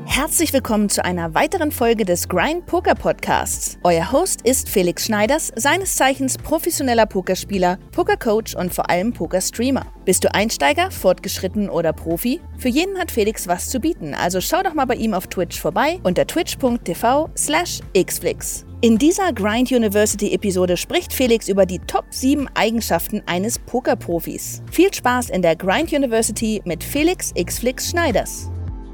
Herzlich willkommen zu einer weiteren Folge des Grind Poker Podcasts. Euer Host ist Felix Schneiders, seines Zeichens professioneller Pokerspieler, Pokercoach und vor allem Pokerstreamer. Bist du Einsteiger, fortgeschritten oder Profi? Für jeden hat Felix was zu bieten, also schau doch mal bei ihm auf Twitch vorbei unter twitch.tv/xflix. In dieser Grind University Episode spricht Felix über die Top 7 Eigenschaften eines Pokerprofis. Viel Spaß in der Grind University mit Felix Xflix Schneiders.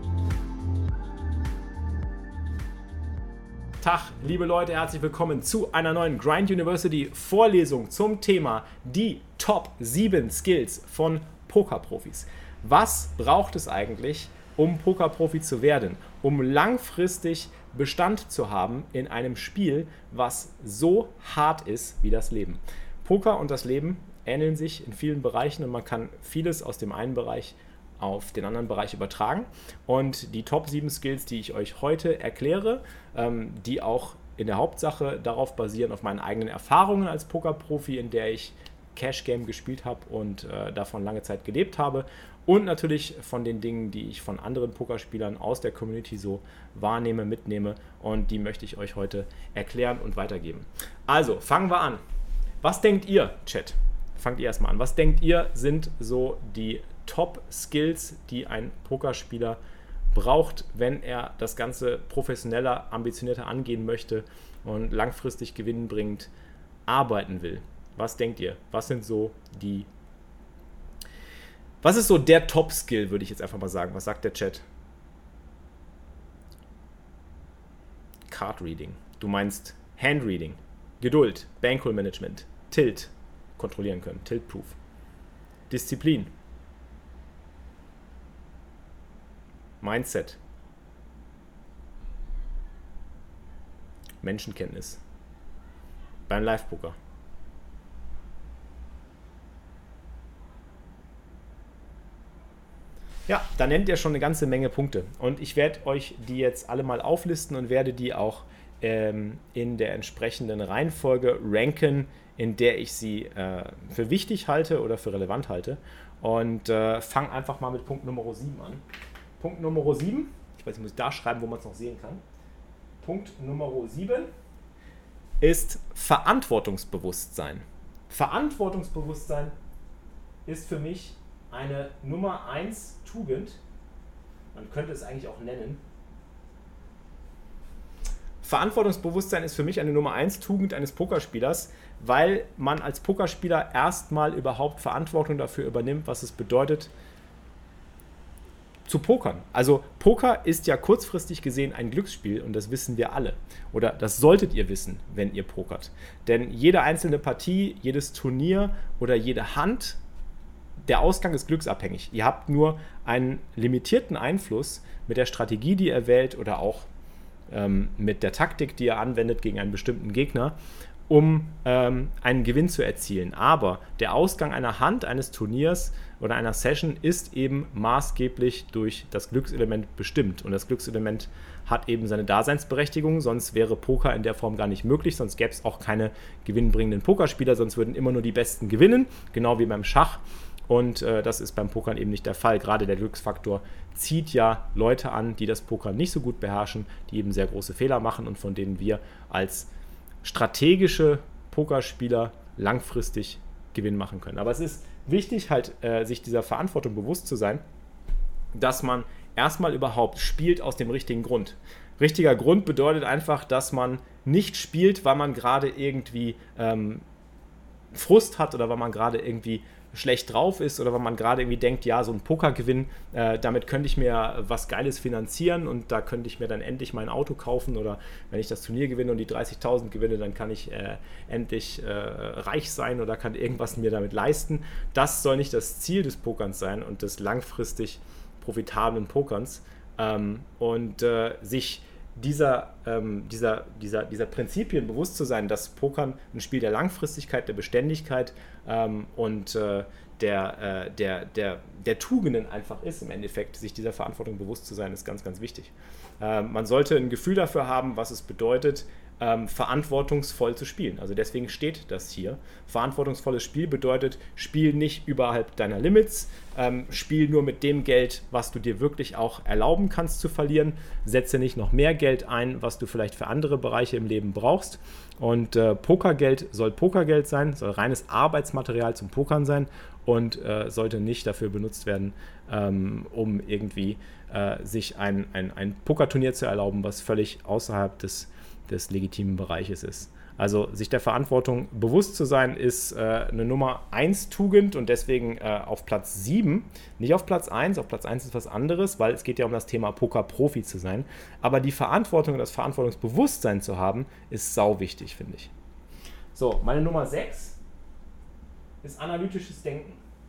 Tag, liebe Leute, herzlich willkommen zu einer neuen Grind University Vorlesung zum Thema die Top 7 Skills von Pokerprofis. Was braucht es eigentlich, um Pokerprofi zu werden, um langfristig Bestand zu haben in einem Spiel, was so hart ist wie das Leben? Poker und das Leben ähneln sich in vielen Bereichen und man kann vieles aus dem einen Bereich auf den anderen Bereich übertragen. Und die Top 7 Skills, die ich euch heute erkläre, die auch in der Hauptsache darauf basieren, auf meinen eigenen Erfahrungen als Pokerprofi, in der ich Cash Game gespielt habe und davon lange Zeit gelebt habe, und natürlich von den Dingen, die ich von anderen Pokerspielern aus der Community so wahrnehme, mitnehme, und die möchte ich euch heute erklären und weitergeben. Also, fangen wir an. Was denkt ihr, Chat? Fangt ihr erstmal an. Was denkt ihr, sind so die Top-Skills, die ein Pokerspieler braucht, wenn er das Ganze professioneller, ambitionierter angehen möchte und langfristig gewinnbringend arbeiten will? Was denkt ihr? Was ist so der Top-Skill, würde ich jetzt einfach mal sagen? Was sagt der Chat? Card Reading. Du meinst Hand Reading, Geduld, Bankroll Management, Tilt, kontrollieren können, Tilt Proof, Disziplin, Mindset, Menschenkenntnis beim Live-Poker. Ja, da nennt ihr schon eine ganze Menge Punkte. Und ich werde euch die jetzt alle mal auflisten und werde die auch in der entsprechenden Reihenfolge ranken, in der ich sie für wichtig halte oder für relevant halte. Und fang einfach mal mit Punkt Nummer 7 an. Punkt Nummer 7, ich weiß nicht, muss ich da schreiben, wo man es noch sehen kann. Punkt Nummer 7 ist Verantwortungsbewusstsein. Verantwortungsbewusstsein ist für mich eine Nummer 1 Tugend. Man könnte es eigentlich auch nennen. Verantwortungsbewusstsein ist für mich eine Nummer 1 Tugend eines Pokerspielers, weil man als Pokerspieler erstmal überhaupt Verantwortung dafür übernimmt, was es bedeutet, zu pokern. Also Poker ist ja kurzfristig gesehen ein Glücksspiel und das wissen wir alle. Oder das solltet ihr wissen, wenn ihr pokert. Denn jede einzelne Partie, jedes Turnier oder jede Hand, der Ausgang ist glücksabhängig. Ihr habt nur einen limitierten Einfluss mit der Strategie, die ihr wählt, oder auch mit der Taktik, die ihr anwendet gegen einen bestimmten Gegner, um einen Gewinn zu erzielen. Aber der Ausgang einer Hand, eines Turniers oder einer Session ist eben maßgeblich durch das Glückselement bestimmt. Und das Glückselement hat eben seine Daseinsberechtigung, sonst wäre Poker in der Form gar nicht möglich, sonst gäbe es auch keine gewinnbringenden Pokerspieler, sonst würden immer nur die Besten gewinnen, genau wie beim Schach. Und das ist beim Pokern eben nicht der Fall. Gerade der Glücksfaktor zieht ja Leute an, die das Pokern nicht so gut beherrschen, die eben sehr große Fehler machen und von denen wir als strategische Pokerspieler langfristig Gewinn machen können. Aber es ist wichtig, halt sich dieser Verantwortung bewusst zu sein, dass man erstmal überhaupt spielt aus dem richtigen Grund. Richtiger Grund bedeutet einfach, dass man nicht spielt, weil man gerade irgendwie Frust hat oder weil man gerade irgendwie schlecht drauf ist oder weil man gerade irgendwie denkt, ja, so ein Pokergewinn, damit könnte ich mir was Geiles finanzieren und da könnte ich mir dann endlich mein Auto kaufen, oder wenn ich das Turnier gewinne und die 30.000 gewinne, dann kann ich endlich reich sein oder kann irgendwas mir damit leisten. Das soll nicht das Ziel des Pokerns sein und des langfristig profitablen Pokerns, sich dieser Prinzipien bewusst zu sein, dass Pokern ein Spiel der Langfristigkeit, der Beständigkeit und der Tugenden einfach ist im Endeffekt. Sich dieser Verantwortung bewusst zu sein, ist ganz, ganz wichtig. Man sollte ein Gefühl dafür haben, was es bedeutet, verantwortungsvoll zu spielen. Also deswegen steht das hier. Verantwortungsvolles Spiel bedeutet, spiel nicht überhalb deiner Limits, spiel nur mit dem Geld, was du dir wirklich auch erlauben kannst zu verlieren, setze nicht noch mehr Geld ein, was du vielleicht für andere Bereiche im Leben brauchst. Und Pokergeld soll Pokergeld sein, soll reines Arbeitsmaterial zum Pokern sein und sollte nicht dafür benutzt werden, um irgendwie sich ein Pokerturnier zu erlauben, was völlig außerhalb des legitimen Bereiches ist. Also sich der Verantwortung bewusst zu sein, ist eine Nummer 1 Tugend und deswegen auf Platz 7, nicht auf Platz 1. Auf Platz 1 ist was anderes, weil es geht ja um das Thema Poker-Profi zu sein. Aber die Verantwortung und das Verantwortungsbewusstsein zu haben, ist sau wichtig, finde ich. So, meine Nummer 6 ist analytisches Denken.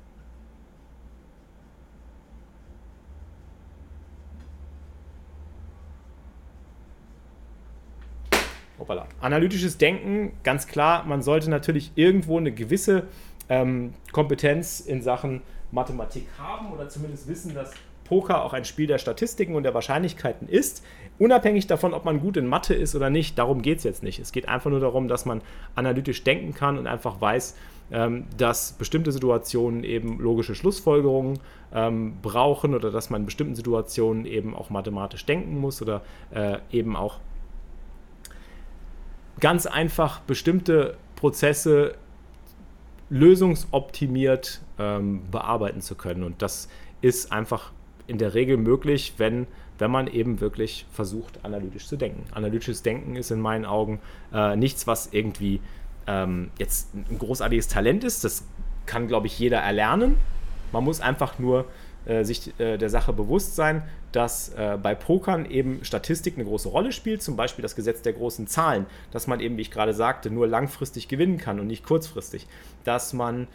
Hoppala. Analytisches Denken, ganz klar, man sollte natürlich irgendwo eine gewisse Kompetenz in Sachen Mathematik haben oder zumindest wissen, dass Poker auch ein Spiel der Statistiken und der Wahrscheinlichkeiten ist. Unabhängig davon, ob man gut in Mathe ist oder nicht, darum geht es jetzt nicht. Es geht einfach nur darum, dass man analytisch denken kann und einfach weiß, dass bestimmte Situationen eben logische Schlussfolgerungen brauchen oder dass man in bestimmten Situationen eben auch mathematisch denken muss oder eben auch ganz einfach bestimmte Prozesse lösungsoptimiert bearbeiten zu können. Und das ist einfach in der Regel möglich, wenn man eben wirklich versucht, analytisch zu denken. Analytisches Denken ist in meinen Augen nichts, was irgendwie jetzt ein großartiges Talent ist. Das kann, glaube ich, jeder erlernen. Man muss einfach nur sich der Sache bewusst sein, dass bei Pokern eben Statistik eine große Rolle spielt, zum Beispiel das Gesetz der großen Zahlen, dass man eben, wie ich gerade sagte, nur langfristig gewinnen kann und nicht kurzfristig, dass man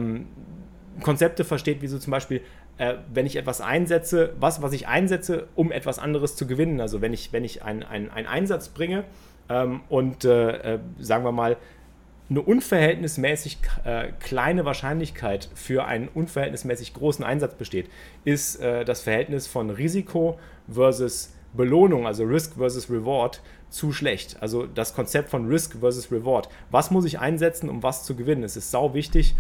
Konzepte versteht, wie so zum Beispiel, wenn ich etwas einsetze, was ich einsetze, um etwas anderes zu gewinnen, also wenn ich einen Einsatz bringe und sagen wir mal, eine unverhältnismäßig kleine Wahrscheinlichkeit für einen unverhältnismäßig großen Einsatz besteht, ist das Verhältnis von Risiko versus Belohnung, also Risk versus Reward, zu schlecht. Also das Konzept von Risk versus Reward. Was muss ich einsetzen, um was zu gewinnen? Es ist sau wichtig,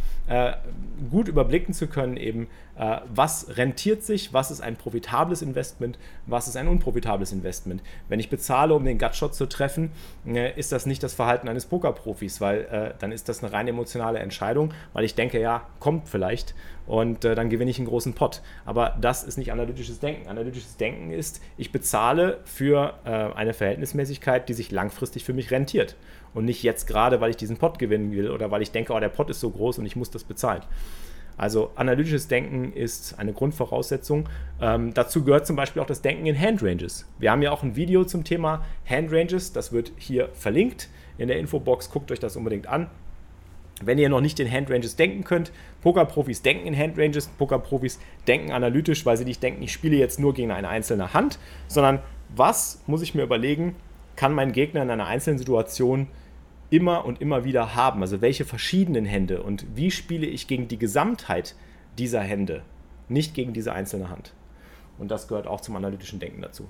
gut überblicken zu können, eben was rentiert sich, was ist ein profitables Investment, was ist ein unprofitables Investment. Wenn ich bezahle, um den Gutshot zu treffen, ist das nicht das Verhalten eines Pokerprofis, weil dann ist das eine rein emotionale Entscheidung, weil ich denke, ja, kommt vielleicht und dann gewinne ich einen großen Pot. Aber das ist nicht analytisches Denken. Analytisches Denken ist, ich bezahle für eine Verhältnismäßigkeit, die sich langfristig für mich rentiert. Und nicht jetzt gerade, weil ich diesen Pot gewinnen will oder weil ich denke, oh, der Pot ist so groß und ich muss das bezahlen. Also analytisches Denken ist eine Grundvoraussetzung. Dazu gehört zum Beispiel auch das Denken in Handranges. Wir haben ja auch ein Video zum Thema Handranges, das wird hier verlinkt in der Infobox, guckt euch das unbedingt an. Wenn ihr noch nicht in Handranges denken könnt, Pokerprofis denken in Handranges, Pokerprofis denken analytisch, weil sie nicht denken, ich spiele jetzt nur gegen eine einzelne Hand, sondern was muss ich mir überlegen, kann mein Gegner in einer einzelnen Situation immer und immer wieder haben? Also welche verschiedenen Hände und wie spiele ich gegen die Gesamtheit dieser Hände, nicht gegen diese einzelne Hand. Und das gehört auch zum analytischen Denken dazu.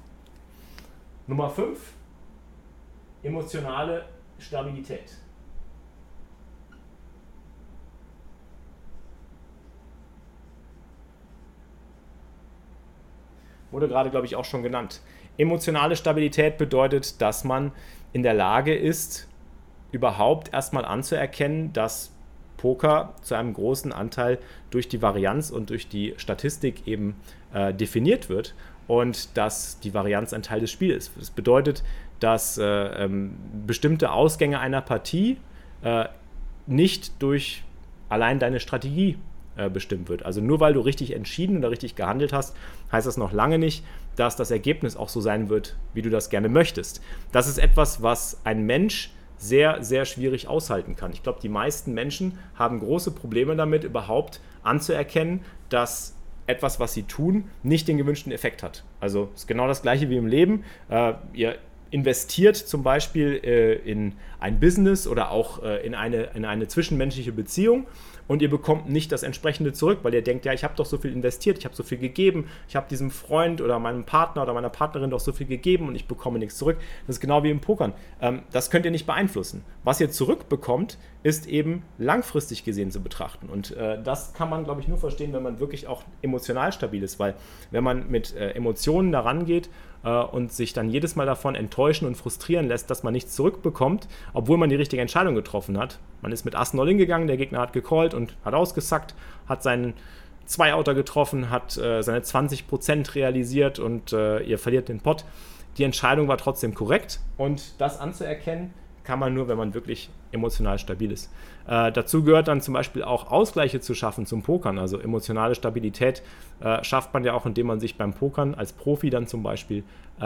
Nummer 5, emotionale Stabilität. Wurde gerade, glaube ich, auch schon genannt. Emotionale Stabilität bedeutet, dass man in der Lage ist, überhaupt erstmal anzuerkennen, dass Poker zu einem großen Anteil durch die Varianz und durch die Statistik eben definiert wird und dass die Varianz ein Teil des Spiels ist. Das bedeutet, dass bestimmte Ausgänge einer Partie nicht durch allein deine Strategie bestimmt wird. Also nur weil du richtig entschieden oder richtig gehandelt hast, heißt das noch lange nicht, dass das Ergebnis auch so sein wird, wie du das gerne möchtest. Das ist etwas, was ein Mensch sehr, sehr schwierig aushalten kann. Ich glaube, die meisten Menschen haben große Probleme damit, überhaupt anzuerkennen, dass etwas, was sie tun, nicht den gewünschten Effekt hat. Also es ist genau das Gleiche wie im Leben. Ihr investiert zum Beispiel in ein Business oder auch in eine zwischenmenschliche Beziehung und ihr bekommt nicht das entsprechende zurück, weil ihr denkt, ja, ich habe doch so viel investiert, ich habe so viel gegeben, ich habe diesem Freund oder meinem Partner oder meiner Partnerin doch so viel gegeben und ich bekomme nichts zurück. Das ist genau wie im Pokern. Das könnt ihr nicht beeinflussen. Was ihr zurückbekommt, ist eben langfristig gesehen zu betrachten. Und das kann man, glaube ich, nur verstehen, wenn man wirklich auch emotional stabil ist, weil wenn man mit Emotionen da rangeht und sich dann jedes Mal davon enttäuschen und frustrieren lässt, dass man nichts zurückbekommt, obwohl man die richtige Entscheidung getroffen hat. Man ist mit Assen All-In gegangen, der Gegner hat gecallt und hat ausgesackt, hat seinen 2-Outer getroffen, hat seine 20% realisiert und ihr verliert den Pot. Die Entscheidung war trotzdem korrekt und das anzuerkennen, kann man nur, wenn man wirklich emotional stabil ist. Dazu gehört dann zum Beispiel auch Ausgleiche zu schaffen zum Pokern. Also emotionale Stabilität schafft man ja auch, indem man sich beim Pokern als Profi dann zum Beispiel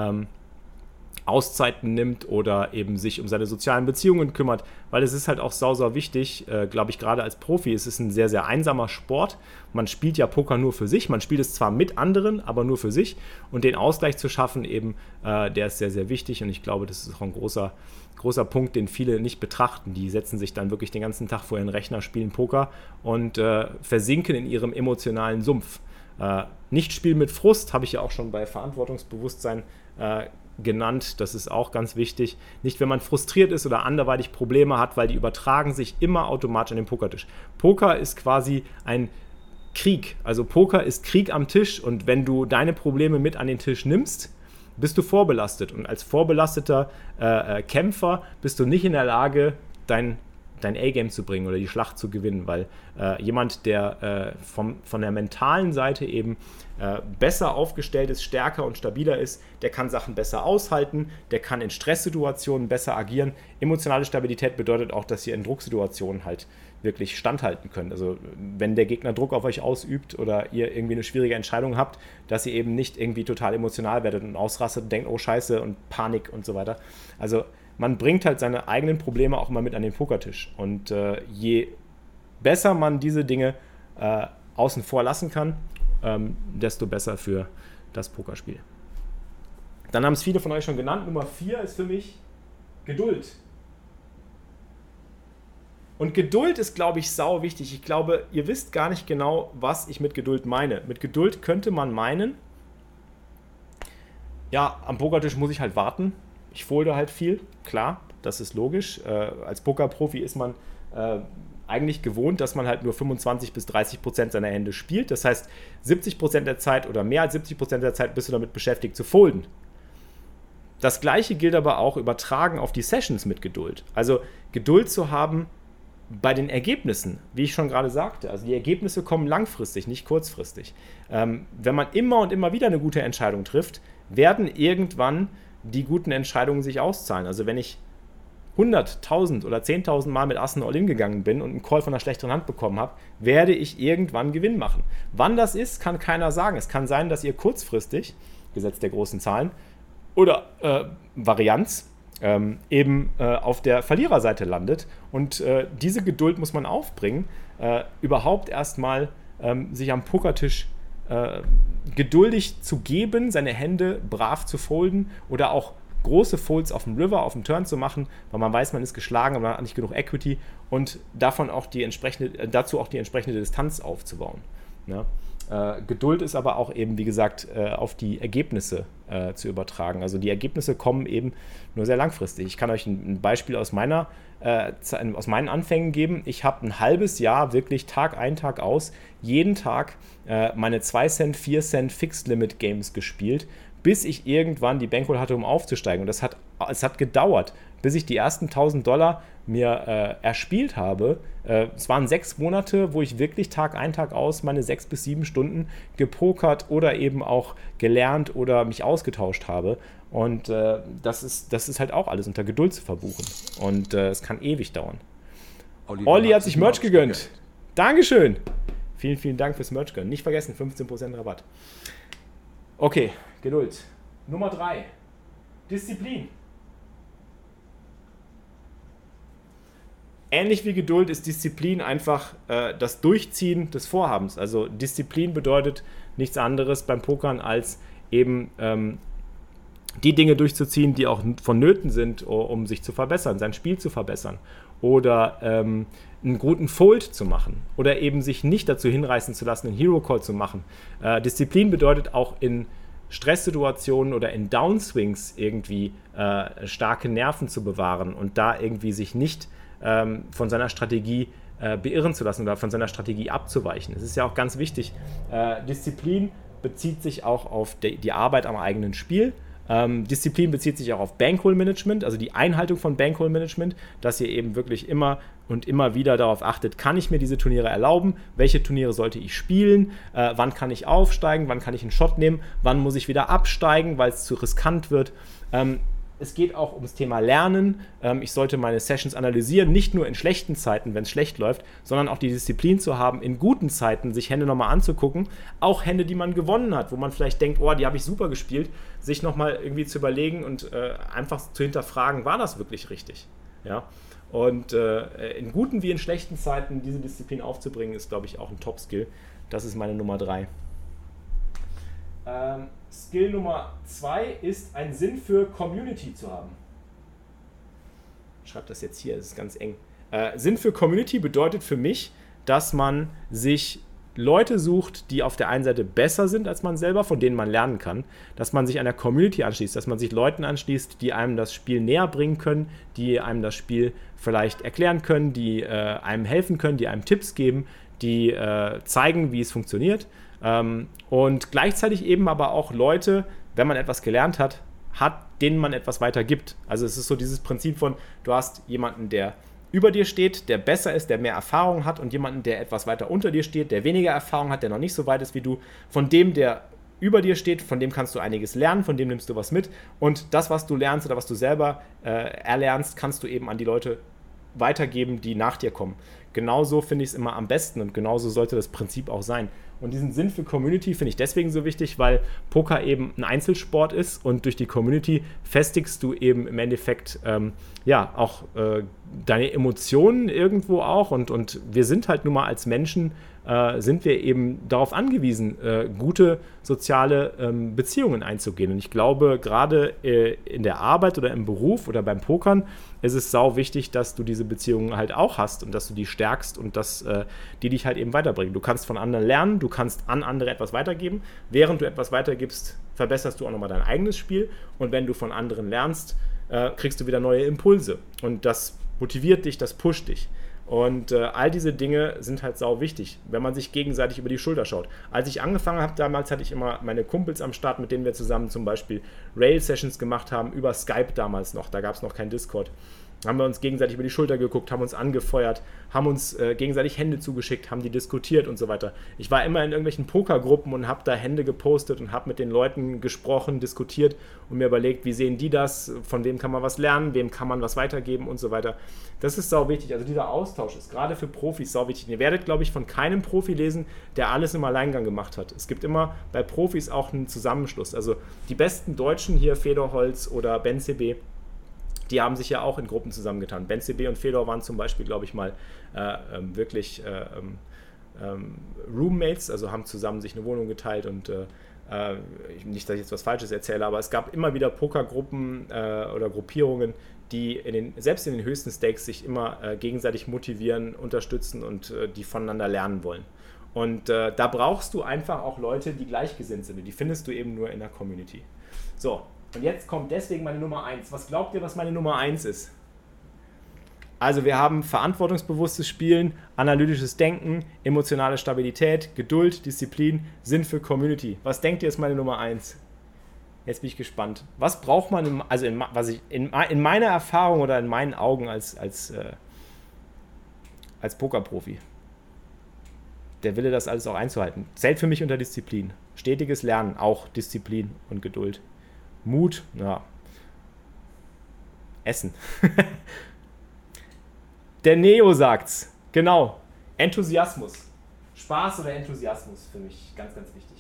Auszeiten nimmt oder eben sich um seine sozialen Beziehungen kümmert, weil es ist halt auch sau wichtig, glaube ich, gerade als Profi. Es ist ein sehr, sehr einsamer Sport. Man spielt ja Poker nur für sich. Man spielt es zwar mit anderen, aber nur für sich. Und den Ausgleich zu schaffen eben, der ist sehr, sehr wichtig. Und ich glaube, das ist auch ein großer Punkt, den viele nicht betrachten. Die setzen sich dann wirklich den ganzen Tag vor ihren Rechner, spielen Poker und versinken in ihrem emotionalen Sumpf. Nicht spielen mit Frust, habe ich ja auch schon bei Verantwortungsbewusstsein genannt. Das ist auch ganz wichtig. Nicht, wenn man frustriert ist oder anderweitig Probleme hat, weil die übertragen sich immer automatisch an den Pokertisch. Poker ist quasi ein Krieg. Also Poker ist Krieg am Tisch und wenn du deine Probleme mit an den Tisch nimmst, bist du vorbelastet. Und als vorbelasteter Kämpfer bist du nicht in der Lage, dein A-Game zu bringen oder die Schlacht zu gewinnen, weil jemand, der von der mentalen Seite eben besser aufgestellt ist, stärker und stabiler ist, der kann Sachen besser aushalten, der kann in Stresssituationen besser agieren. Emotionale Stabilität bedeutet auch, dass ihr in Drucksituationen halt wirklich standhalten könnt. Also wenn der Gegner Druck auf euch ausübt oder ihr irgendwie eine schwierige Entscheidung habt, dass ihr eben nicht irgendwie total emotional werdet und ausrastet und denkt, oh Scheiße und Panik und so weiter. Also man bringt halt seine eigenen Probleme auch immer mit an den Pokertisch. Und je besser man diese Dinge außen vor lassen kann, desto besser für das Pokerspiel. Dann haben es viele von euch schon genannt. Nummer 4 ist für mich Geduld. Und Geduld ist, glaube ich, sau wichtig. Ich glaube, ihr wisst gar nicht genau, was ich mit Geduld meine. Mit Geduld könnte man meinen, ja, am Pokertisch muss ich halt warten. Ich folde halt viel, klar, das ist logisch. Als Pokerprofi ist man eigentlich gewohnt, dass man halt nur 25-30% seiner Hände spielt. Das heißt, 70% der Zeit oder mehr als 70% der Zeit bist du damit beschäftigt zu folden. Das Gleiche gilt aber auch übertragen auf die Sessions mit Geduld. Also Geduld zu haben bei den Ergebnissen, wie ich schon gerade sagte. Also die Ergebnisse kommen langfristig, nicht kurzfristig. Wenn man immer und immer wieder eine gute Entscheidung trifft, werden irgendwann die guten Entscheidungen sich auszahlen. Also wenn ich 100.000 oder 10.000 Mal mit Assen All-In gegangen bin und einen Call von einer schlechteren Hand bekommen habe, werde ich irgendwann Gewinn machen. Wann das ist, kann keiner sagen. Es kann sein, dass ihr kurzfristig, Gesetz der großen Zahlen, oder Varianz, eben auf der Verliererseite landet. Und diese Geduld muss man aufbringen, überhaupt erstmal sich am Pokertisch geduldig zu geben, seine Hände brav zu folden oder auch große Folds auf dem River, auf dem Turn zu machen, weil man weiß, man ist geschlagen, aber man hat nicht genug Equity und dazu auch die entsprechende Distanz aufzubauen. Ja? Geduld ist aber auch eben, wie gesagt, auf die Ergebnisse zu übertragen. Also die Ergebnisse kommen eben nur sehr langfristig. Ich kann euch ein Beispiel aus meinen Anfängen geben. Ich habe ein halbes Jahr wirklich Tag ein, Tag aus, jeden Tag meine 2 Cent, 4 Cent Fixed Limit Games gespielt, bis ich irgendwann die Bankroll hatte, um aufzusteigen. Und es hat gedauert, bis ich die ersten $1.000 mir erspielt habe. Es waren 6 Monate, wo ich wirklich Tag ein, Tag aus meine 6 bis 7 Stunden gepokert oder eben auch gelernt oder mich ausgetauscht habe. Und das ist halt auch alles unter Geduld zu verbuchen. Und es kann ewig dauern. Olli hat sich Merch gegönnt. Dankeschön. Vielen, vielen Dank fürs Merch gönnen. Nicht vergessen, 15% Rabatt. Okay, Geduld. Nummer 3. Disziplin. Ähnlich wie Geduld ist Disziplin einfach das Durchziehen des Vorhabens. Also Disziplin bedeutet nichts anderes beim Pokern als eben die Dinge durchzuziehen, die auch vonnöten sind, um sich zu verbessern, sein Spiel zu verbessern. Oder einen guten Fold zu machen. Oder eben sich nicht dazu hinreißen zu lassen, einen Hero Call zu machen. Disziplin bedeutet auch in Stresssituationen oder in Downswings irgendwie starke Nerven zu bewahren und da irgendwie sich nicht von seiner Strategie beirren zu lassen oder von seiner Strategie abzuweichen. Es ist ja auch ganz wichtig, Disziplin bezieht sich auch auf die Arbeit am eigenen Spiel. Disziplin bezieht sich auch auf Bankroll-Management, also die Einhaltung von Bankroll-Management, dass ihr eben wirklich immer und immer wieder darauf achtet, kann ich mir diese Turniere erlauben, welche Turniere sollte ich spielen, wann kann ich aufsteigen, wann kann ich einen Shot nehmen, wann muss ich wieder absteigen, weil es zu riskant wird. Es geht auch ums Thema Lernen. Ich sollte meine Sessions analysieren, nicht nur in schlechten Zeiten, wenn es schlecht läuft, sondern auch die Disziplin zu haben, in guten Zeiten sich Hände nochmal anzugucken. Auch Hände, die man gewonnen hat, wo man vielleicht denkt, oh, die habe ich super gespielt, sich nochmal irgendwie zu überlegen und einfach zu hinterfragen, war das wirklich richtig? Ja? Und in guten wie in schlechten Zeiten diese Disziplin aufzubringen, ist, glaube ich, auch ein Top-Skill. Das ist meine Nummer 3. Skill Nummer 2 ist, einen Sinn für Community zu haben. Ich schreibe das jetzt hier, das ist ganz eng. Sinn für Community bedeutet für mich, dass man sich Leute sucht, die auf der einen Seite besser sind als man selber, von denen man lernen kann, dass man sich einer Community anschließt, dass man sich Leuten anschließt, die einem das Spiel näher bringen können, die einem das Spiel vielleicht erklären können, die einem helfen können, die einem Tipps geben, die zeigen, wie es funktioniert. Und gleichzeitig eben aber auch Leute, wenn man etwas gelernt hat, denen man etwas weitergibt. Also es ist so dieses Prinzip von, du hast jemanden, der über dir steht, der besser ist, der mehr Erfahrung hat und jemanden, der etwas weiter unter dir steht, der weniger Erfahrung hat, der noch nicht so weit ist wie du. Von dem, der über dir steht, von dem kannst du einiges lernen, von dem nimmst du was mit und das, was du lernst oder was du selber erlernst, kannst du eben an die Leute weitergeben, die nach dir kommen. Genauso finde ich es immer am besten und genauso sollte das Prinzip auch sein. Und diesen Sinn für Community finde ich deswegen so wichtig, weil Poker eben ein Einzelsport ist und durch die Community festigst du eben im Endeffekt auch deine Emotionen irgendwo auch und wir sind halt nun mal als Menschen sind wir eben darauf angewiesen, gute soziale Beziehungen einzugehen. Und ich glaube, gerade in der Arbeit oder im Beruf oder beim Pokern ist es sau wichtig, dass du diese Beziehungen halt auch hast und dass du die stärkst und dass die dich halt eben weiterbringen. Du kannst von anderen lernen, du kannst an andere etwas weitergeben. Während du etwas weitergibst, verbesserst du auch nochmal dein eigenes Spiel. Und wenn du von anderen lernst, kriegst du wieder neue Impulse. Und das motiviert dich, das pusht dich. Und all diese Dinge sind halt sau wichtig, wenn man sich gegenseitig über die Schulter schaut. Als ich angefangen habe damals, hatte ich immer meine Kumpels am Start, mit denen wir zusammen zum Beispiel Rail-Sessions gemacht haben, über Skype damals noch, da gab es noch kein Discord. Haben wir uns gegenseitig über die Schulter geguckt, haben uns angefeuert, haben uns gegenseitig Hände zugeschickt, haben die diskutiert und so weiter. Ich war immer in irgendwelchen Pokergruppen und habe da Hände gepostet und habe mit den Leuten gesprochen, diskutiert und mir überlegt, wie sehen die das, von wem kann man was lernen, wem kann man was weitergeben und so weiter. Das ist sau wichtig. Also dieser Austausch ist gerade für Profis sau wichtig. Ihr werdet, glaube ich, von keinem Profi lesen, der alles im Alleingang gemacht hat. Es gibt immer bei Profis auch einen Zusammenschluss. Also die besten Deutschen hier, Fedor Holz oder Ben CB, die haben sich ja auch in Gruppen zusammengetan. Ben CB und Fedor waren zum Beispiel, glaube ich, mal wirklich Roommates, also haben zusammen sich eine Wohnung geteilt und nicht, dass ich jetzt was Falsches erzähle, aber es gab immer wieder Pokergruppen oder Gruppierungen, die selbst in den höchsten Stakes sich immer gegenseitig motivieren, unterstützen und die voneinander lernen wollen. Und da brauchst du einfach auch Leute, die gleichgesinnt sind. Und die findest du eben nur in der Community. So, und jetzt kommt deswegen meine Nummer 1. Was glaubt ihr, was meine Nummer 1 ist? Also wir haben verantwortungsbewusstes Spielen, analytisches Denken, emotionale Stabilität, Geduld, Disziplin, Sinn für Community. Was denkt ihr, ist meine Nummer 1? Jetzt bin ich gespannt. Was braucht man, in meiner Erfahrung oder in meinen Augen als Pokerprofi? Der Wille, das alles auch einzuhalten. Zählt für mich unter Disziplin. Stetiges Lernen, auch Disziplin und Geduld. Mut, ja. Essen. Der Neo sagt's. Genau. Enthusiasmus. Spaß oder Enthusiasmus für mich ganz, ganz wichtig.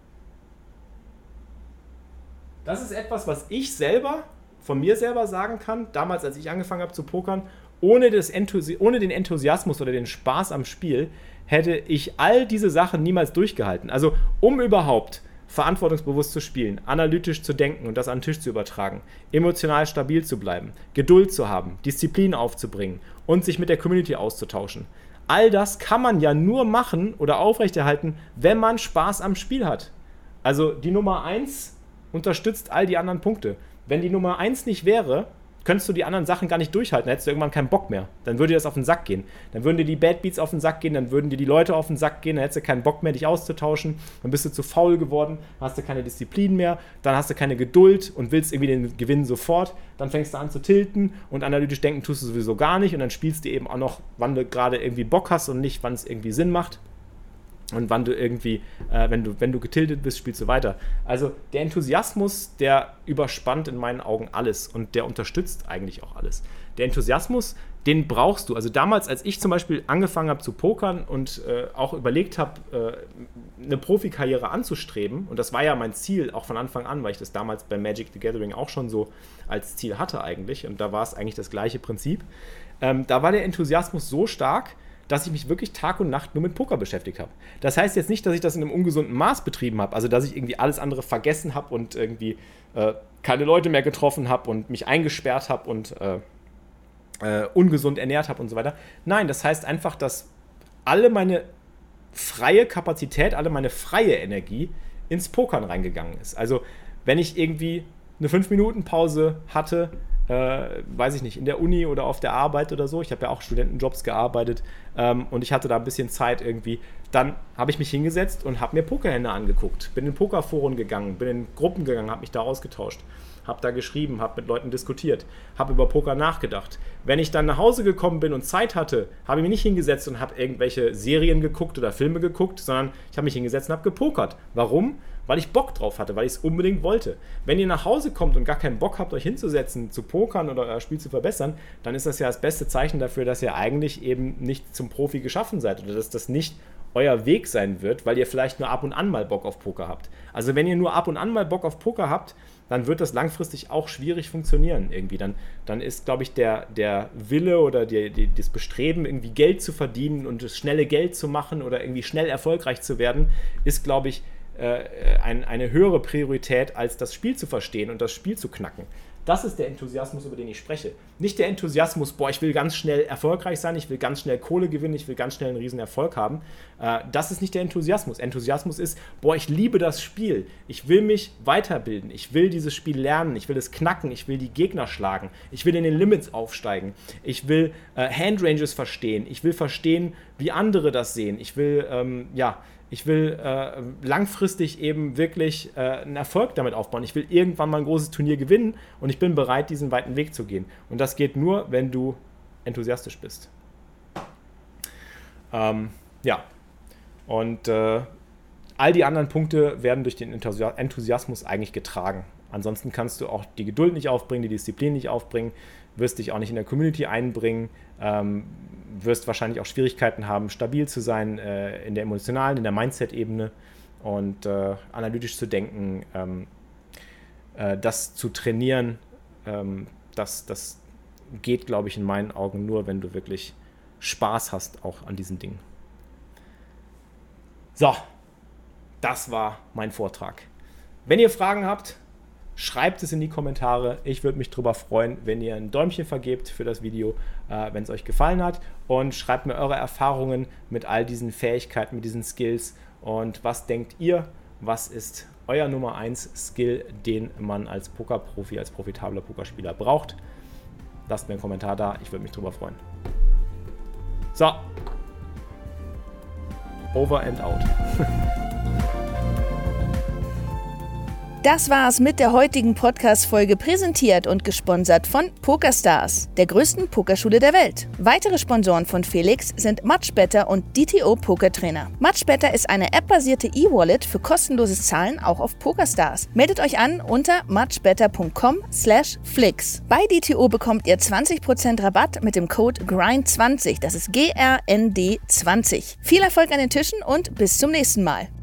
Das ist etwas, was ich selber, von mir selber sagen kann, damals, als ich angefangen habe zu pokern, ohne den Enthusiasmus oder den Spaß am Spiel, hätte ich all diese Sachen niemals durchgehalten. Also, um überhaupt verantwortungsbewusst zu spielen, analytisch zu denken und das an den Tisch zu übertragen, emotional stabil zu bleiben, Geduld zu haben, Disziplin aufzubringen und sich mit der Community auszutauschen. All das kann man ja nur machen oder aufrechterhalten, wenn man Spaß am Spiel hat. Also die Nummer 1 unterstützt all die anderen Punkte. Wenn die Nummer 1 nicht wäre, könntest du die anderen Sachen gar nicht durchhalten, dann hättest du irgendwann keinen Bock mehr. Dann würde dir das auf den Sack gehen. Dann würden dir die Bad Beats auf den Sack gehen, dann würden dir die Leute auf den Sack gehen, dann hättest du keinen Bock mehr, dich auszutauschen, dann bist du zu faul geworden, dann hast du keine Disziplin mehr, dann hast du keine Geduld und willst irgendwie den Gewinn sofort, dann fängst du an zu tilten und analytisch denken tust du sowieso gar nicht und dann spielst du eben auch noch, wann du gerade irgendwie Bock hast und nicht, wann es irgendwie Sinn macht. Und wann du irgendwie, wenn du getiltet bist, spielst du weiter. Also der Enthusiasmus, der überspannt in meinen Augen alles und der unterstützt eigentlich auch alles. Der Enthusiasmus, den brauchst du. Also damals, als ich zum Beispiel angefangen habe zu pokern und auch überlegt habe, eine Profikarriere anzustreben, und das war ja mein Ziel auch von Anfang an, weil ich das damals bei Magic the Gathering auch schon so als Ziel hatte eigentlich, und da war es eigentlich das gleiche Prinzip, da war der Enthusiasmus so stark, dass ich mich wirklich Tag und Nacht nur mit Poker beschäftigt habe. Das heißt jetzt nicht, dass ich das in einem ungesunden Maß betrieben habe, also dass ich irgendwie alles andere vergessen habe und irgendwie keine Leute mehr getroffen habe und mich eingesperrt habe und ungesund ernährt habe und so weiter. Nein, das heißt einfach, dass alle meine freie Kapazität, alle meine freie Energie ins Pokern reingegangen ist. Also wenn ich irgendwie eine 5-Minuten-Pause hatte, weiß ich nicht, in der Uni oder auf der Arbeit oder so, ich habe ja auch Studentenjobs gearbeitet und ich hatte da ein bisschen Zeit irgendwie, dann habe ich mich hingesetzt und habe mir Pokerhände angeguckt, bin in Pokerforen gegangen, bin in Gruppen gegangen, habe mich da ausgetauscht, habe da geschrieben, habe mit Leuten diskutiert, habe über Poker nachgedacht. Wenn ich dann nach Hause gekommen bin und Zeit hatte, habe ich mich nicht hingesetzt und habe irgendwelche Serien geguckt oder Filme geguckt, sondern ich habe mich hingesetzt und habe gepokert. Warum? Weil ich Bock drauf hatte, weil ich es unbedingt wollte. Wenn ihr nach Hause kommt und gar keinen Bock habt, euch hinzusetzen, zu pokern oder euer Spiel zu verbessern, dann ist das ja das beste Zeichen dafür, dass ihr eigentlich eben nicht zum Profi geschaffen seid oder dass das nicht euer Weg sein wird, weil ihr vielleicht nur ab und an mal Bock auf Poker habt. Also wenn ihr nur ab und an mal Bock auf Poker habt, dann wird das langfristig auch schwierig funktionieren irgendwie. Dann ist, glaube ich, der Wille oder das Bestreben, irgendwie Geld zu verdienen und das schnelle Geld zu machen oder irgendwie schnell erfolgreich zu werden, ist, glaube ich, eine höhere Priorität, als das Spiel zu verstehen und das Spiel zu knacken. Das ist der Enthusiasmus, über den ich spreche. Nicht der Enthusiasmus, ich will ganz schnell erfolgreich sein, ich will ganz schnell Kohle gewinnen, ich will ganz schnell einen riesen Erfolg haben. Das ist nicht der Enthusiasmus. Enthusiasmus ist, ich liebe das Spiel, ich will mich weiterbilden, ich will dieses Spiel lernen, ich will es knacken, ich will die Gegner schlagen, ich will in den Limits aufsteigen, ich will Handranges verstehen, ich will verstehen, wie andere das sehen, ich will, ich will langfristig eben wirklich einen Erfolg damit aufbauen. Ich will irgendwann mal ein großes Turnier gewinnen und ich bin bereit, diesen weiten Weg zu gehen. Und das geht nur, wenn du enthusiastisch bist. Und all die anderen Punkte werden durch den Enthusiasmus eigentlich getragen. Ansonsten kannst du auch die Geduld nicht aufbringen, die Disziplin nicht aufbringen, wirst dich auch nicht in der Community einbringen, wirst wahrscheinlich auch Schwierigkeiten haben, stabil zu sein in der emotionalen, in der Mindset-Ebene und analytisch zu denken, das zu trainieren, das geht, glaube ich, in meinen Augen nur, wenn du wirklich Spaß hast auch an diesen Dingen. So, das war mein Vortrag. Wenn ihr Fragen habt, schreibt es in die Kommentare. Ich würde mich darüber freuen, wenn ihr ein Däumchen vergebt für das Video, wenn es euch gefallen hat. Und schreibt mir eure Erfahrungen mit all diesen Fähigkeiten, mit diesen Skills. Und was denkt ihr, was ist euer Nummer 1 Skill, den man als Pokerprofi, als profitabler Pokerspieler braucht? Lasst mir einen Kommentar da, ich würde mich darüber freuen. So. Over and out. Das war's mit der heutigen Podcast-Folge, präsentiert und gesponsert von PokerStars, der größten Pokerschule der Welt. Weitere Sponsoren von Felix sind Muchbetter und DTO Pokertrainer. Muchbetter ist eine appbasierte E-Wallet für kostenloses Zahlen auch auf PokerStars. Meldet euch an unter muchbetter.com/flix. Bei DTO bekommt ihr 20% Rabatt mit dem Code GRIND20, das ist GRND20. Viel Erfolg an den Tischen und bis zum nächsten Mal.